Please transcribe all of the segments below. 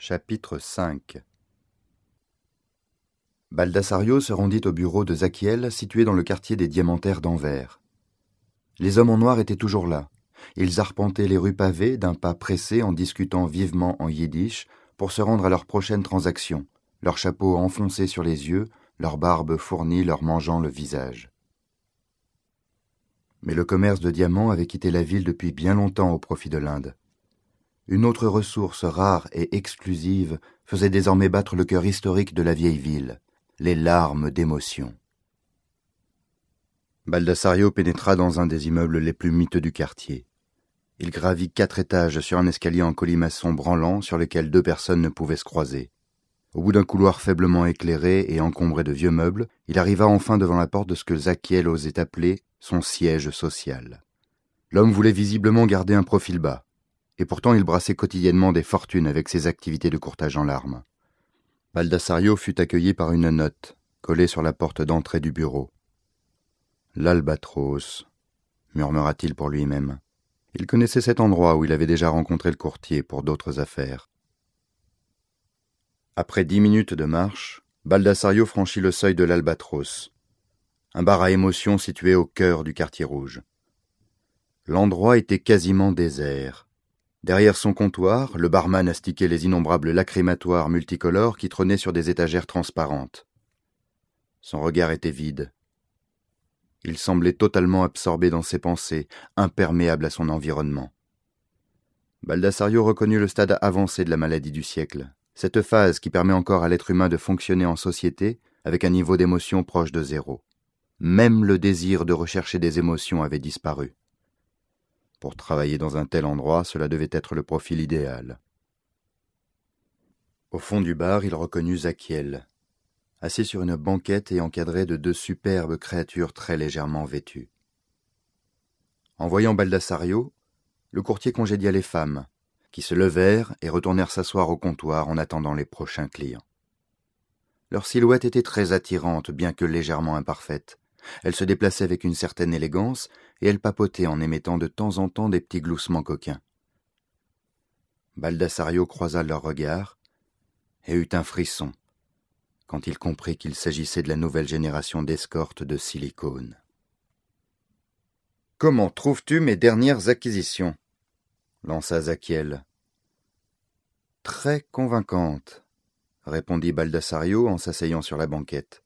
Chapitre 5. Baldassariot se rendit au bureau de Zachiel, situé dans le quartier des Diamantaires d'Anvers. Les hommes en noir étaient toujours là. Ils arpentaient les rues pavées d'un pas pressé en discutant vivement en yiddish pour se rendre à leur prochaine transaction, leurs chapeaux enfoncés sur les yeux, leurs barbes fournies leur mangeant le visage. Mais le commerce de diamants avait quitté la ville depuis bien longtemps au profit de l'Inde. Une autre ressource rare et exclusive faisait désormais battre le cœur historique de la vieille ville, les larmes d'émotion. Baldassariot pénétra dans un des immeubles les plus miteux du quartier. Il gravit 4 étages sur un escalier en colimaçon branlant sur lequel 2 personnes ne pouvaient se croiser. Au bout d'un couloir faiblement éclairé et encombré de vieux meubles, il arriva enfin devant la porte de ce que Zachiel osait appeler son siège social. L'homme voulait visiblement garder un profil bas, et pourtant il brassait quotidiennement des fortunes avec ses activités de courtage en larmes. Baldassariot fut accueilli par une note, collée sur la porte d'entrée du bureau. « L'Albatros », murmura-t-il pour lui-même. Il connaissait cet endroit où il avait déjà rencontré le courtier pour d'autres affaires. Après 10 minutes de marche, Baldassariot franchit le seuil de l'Albatros, un bar à émotion situé au cœur du quartier rouge. L'endroit était quasiment désert. Derrière son comptoir, le barman astiquait les innombrables lacrymatoires multicolores qui trônaient sur des étagères transparentes. Son regard était vide. Il semblait totalement absorbé dans ses pensées, imperméable à son environnement. Baldassariot reconnut le stade avancé de la maladie du siècle, cette phase qui permet encore à l'être humain de fonctionner en société avec un niveau d'émotion proche de 0. Même le désir de rechercher des émotions avait disparu. Pour travailler dans un tel endroit, cela devait être le profil idéal. Au fond du bar, il reconnut Zachiel, assis sur une banquette et encadré de 2 superbes créatures très légèrement vêtues. En voyant Baldassariot, le courtier congédia les femmes, qui se levèrent et retournèrent s'asseoir au comptoir en attendant les prochains clients. Leur silhouette était très attirante, bien que légèrement imparfaite. Elle se déplaçait avec une certaine élégance, et elle papotait en émettant de temps en temps des petits gloussements coquins. Baldassariot croisa leurs regards, et eut un frisson, quand il comprit qu'il s'agissait de la nouvelle génération d'escortes de silicone. « Comment trouves-tu mes dernières acquisitions ?» lança Zachiel. « Très convaincante, » répondit Baldassariot en s'asseyant sur la banquette.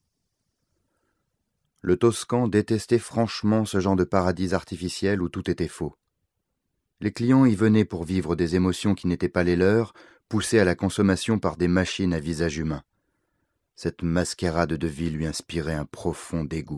Le Toscan détestait franchement ce genre de paradis artificiel où tout était faux. Les clients y venaient pour vivre des émotions qui n'étaient pas les leurs, poussées à la consommation par des machines à visage humain. Cette mascarade de vie lui inspirait un profond dégoût.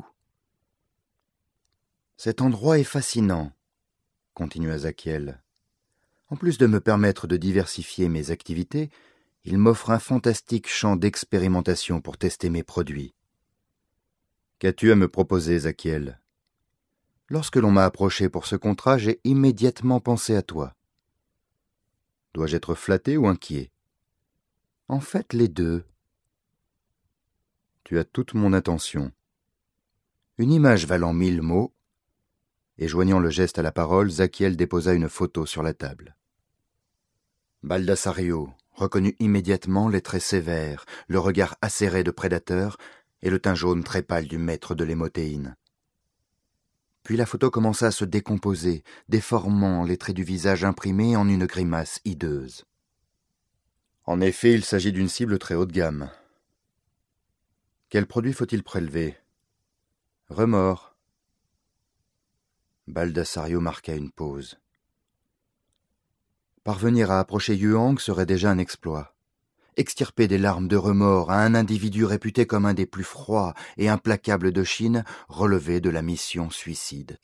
« Cet endroit est fascinant, » continua Zachiel. « En plus de me permettre de diversifier mes activités, il m'offre un fantastique champ d'expérimentation pour tester mes produits. » « Qu'as-tu à me proposer, Zachiel ?» « Lorsque l'on m'a approché pour ce contrat, j'ai immédiatement pensé à toi. »« Dois-je être flatté ou inquiet ?»« En fait, les deux. »« Tu as toute mon attention. » Une image valant 1000 mots, et joignant le geste à la parole, Zachiel déposa une photo sur la table. Baldassariot reconnut immédiatement les traits sévères, le regard acéré de prédateur, et le teint jaune très pâle du maître de l'hémotéine. Puis la photo commença à se décomposer, déformant les traits du visage imprimés en une grimace hideuse. En effet, il s'agit d'une cible très haut de gamme. Quel produit faut-il prélever ? Remords. Baldassariot marqua une pause. Parvenir à approcher Yuang serait déjà un exploit. Extirper des larmes de remords à un individu réputé comme un des plus froids et implacables de Chine relevait de la mission suicide.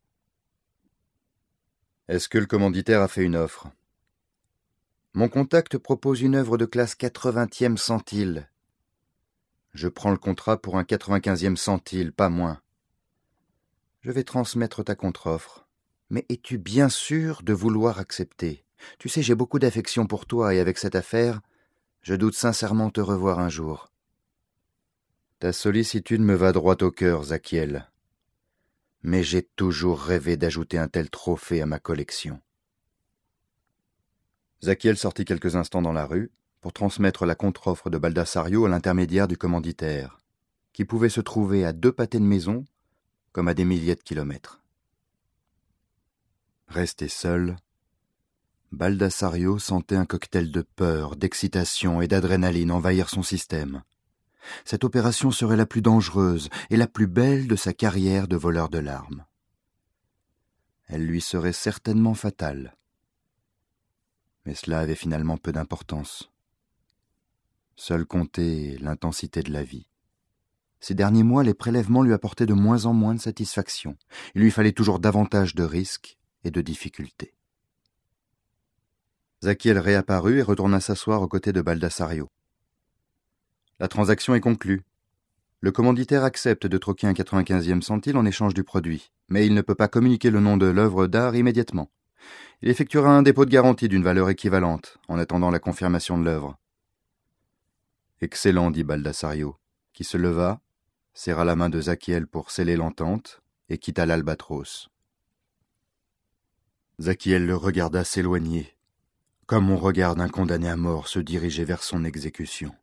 « Est-ce que le commanditaire a fait une offre ?»« Mon contact propose une œuvre de classe 80e centile. Je prends le contrat pour un 95e centile, pas moins. Je vais transmettre ta contre-offre. Mais es-tu bien sûr de vouloir accepter ? Tu sais, j'ai beaucoup d'affection pour toi et avec cette affaire, je doute sincèrement te revoir un jour. » « Ta sollicitude me va droit au cœur, Zachiel. Mais j'ai toujours rêvé d'ajouter un tel trophée à ma collection. » Zachiel sortit quelques instants dans la rue, pour transmettre la contre-offre de Baldassariot à l'intermédiaire du commanditaire, qui pouvait se trouver à 2 pâtés de maison comme à des milliers de kilomètres. Resté seul, Baldassariot sentait un cocktail de peur, d'excitation et d'adrénaline envahir son système. Cette opération serait la plus dangereuse et la plus belle de sa carrière de voleur de larmes. Elle lui serait certainement fatale. Mais cela avait finalement peu d'importance. Seul comptait l'intensité de la vie. Ces derniers mois, les prélèvements lui apportaient de moins en moins de satisfaction. Il lui fallait toujours davantage de risques et de difficultés. Zachiel réapparut et retourna s'asseoir aux côtés de Baldassariot. La transaction est conclue. Le commanditaire accepte de troquer un 95e centile en échange du produit, mais il ne peut pas communiquer le nom de l'œuvre d'art immédiatement. Il effectuera un dépôt de garantie d'une valeur équivalente, en attendant la confirmation de l'œuvre. Excellent, dit Baldassariot, qui se leva, serra la main de Zachiel pour sceller l'entente et quitta l'Albatros. Zachiel le regarda s'éloigner, comme on regarde un condamné à mort se diriger vers son exécution.